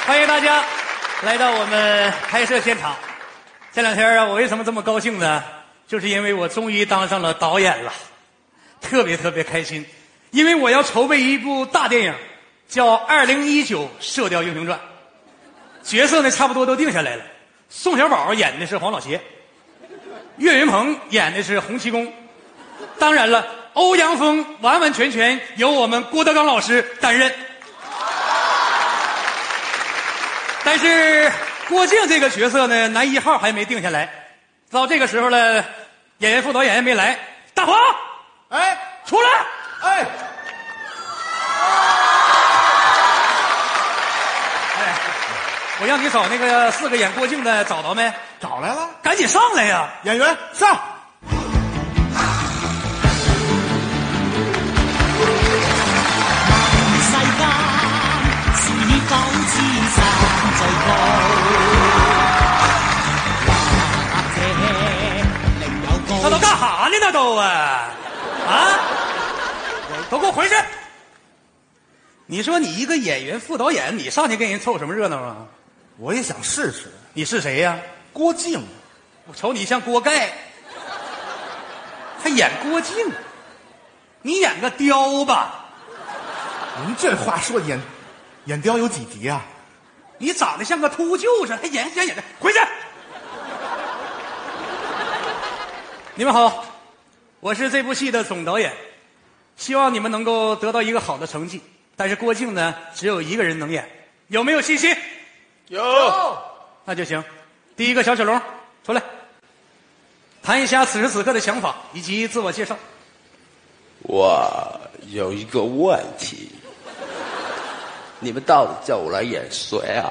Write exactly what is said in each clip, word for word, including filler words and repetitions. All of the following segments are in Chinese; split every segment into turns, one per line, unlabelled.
欢迎大家来到我们拍摄现场。这两天啊，我为什么这么高兴呢？就是因为我终于当上了导演了，特别特别开心。因为我要筹备一部大电影，叫《二零一九射雕英雄传》，角色呢差不多都定下来了。宋小宝演的是黄老邪，岳云鹏演的是洪七公，当然了，欧阳锋完完全全由我们郭德纲老师担任。但是郭靖这个角色呢，男一号还没定下来。到这个时候了，演员副导演也没来。大黄，
哎，
出来！
哎，
哎，我让你找那个四个演郭靖的，找到没？
找来了，
赶紧上来呀！
演员上。
那都干哈呢？那都啊啊！都给我回去！你说你一个演员副导演，你上去跟人凑什么热闹啊？
我也想试试。
你是谁呀？
郭靖。
我瞅你像锅盖，还演郭靖？你演个雕吧？
您这话说演演雕有几集啊？
你长得像个秃鹫似的，还演演演的，回去！你们好，我是这部戏的总导演，希望你们能够得到一个好的成绩。但是郭靖呢，只有一个人能演，有没有信心？
有。
那就行。第一个小小龙出来，谈一下此时此刻的想法以及自我介绍。
我有一个问题，你们到底叫我来演谁啊？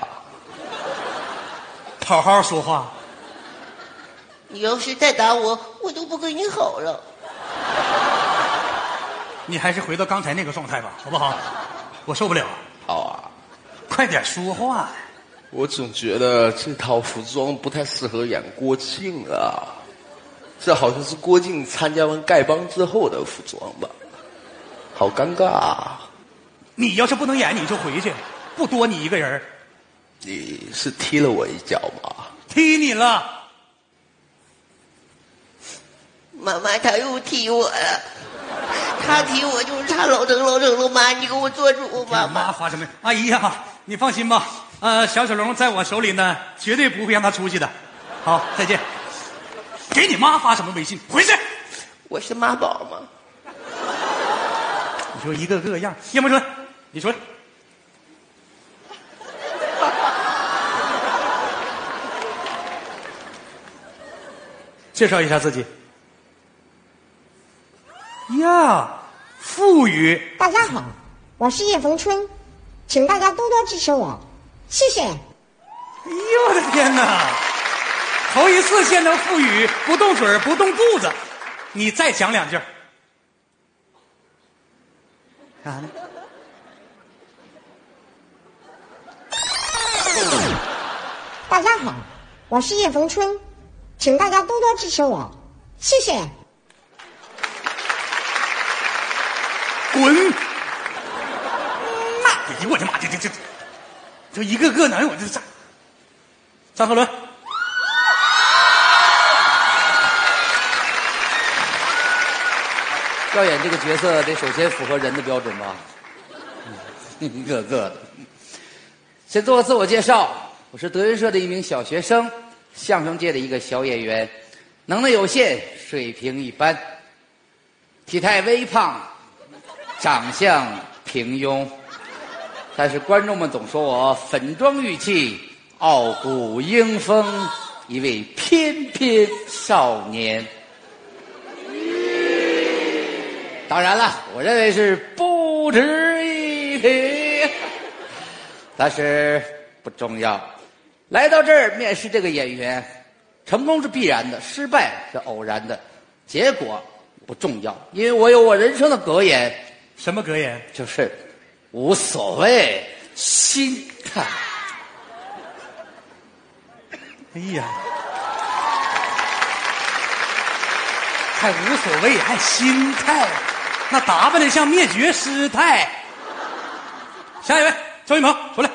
好好说话。
你要是再打我，我都不跟你好了。
你还是回到刚才那个状态吧，好不好？我受不了。
好啊，
快点说话呀！
我总觉得这套服装不太适合演郭靖啊，这好像是郭靖参加完丐帮之后的服装吧，好尴尬啊！
你要是不能演，你就回去，不多你一个人。
你是踢了我一脚吗？
踢你了。
妈妈，他又踢我了，他踢我就是他老整老整了。妈，你给我做主，妈妈。
妈发什么？阿姨呀、啊，你放心吧，呃，小小龙在我手里呢，绝对不会让他出去的。好，再见。给你妈发什么微信？回去。
我是妈宝吗？
你说一个个样，叶梦春，你说。介绍一下自己。呀，傅语。
大家好，我是叶逢春，请大家多多支持我，谢谢。
哎呦我的天哪！头一次见到傅语不动嘴儿不动肚子，你再讲两句。干啥呢？
大家好，我是叶逢春，请大家多多支持我，谢谢。
滚！那哎呦我的妈！这这这，这一个个男，我这张张鹤伦。
要演这个角色，得首先符合人的标准吧？一个个的。先做个自我介绍，我是德云社的一名小学生，相声界的一个小演员，能力有限，水平一般，体态微胖，长相平庸，但是观众们总说我粉妆玉砌，傲骨英风，一位翩翩少年。当然了，我认为是不值一提，但是不重要。来到这儿面试这个演员，成功是必然的，失败是偶然的，结果不重要，因为我有我人生的格言。
什么格言？
就是无所谓，心态。
哎呀，还无所谓，还心态，那打扮的像灭绝师太。下一位，周云鹏出来。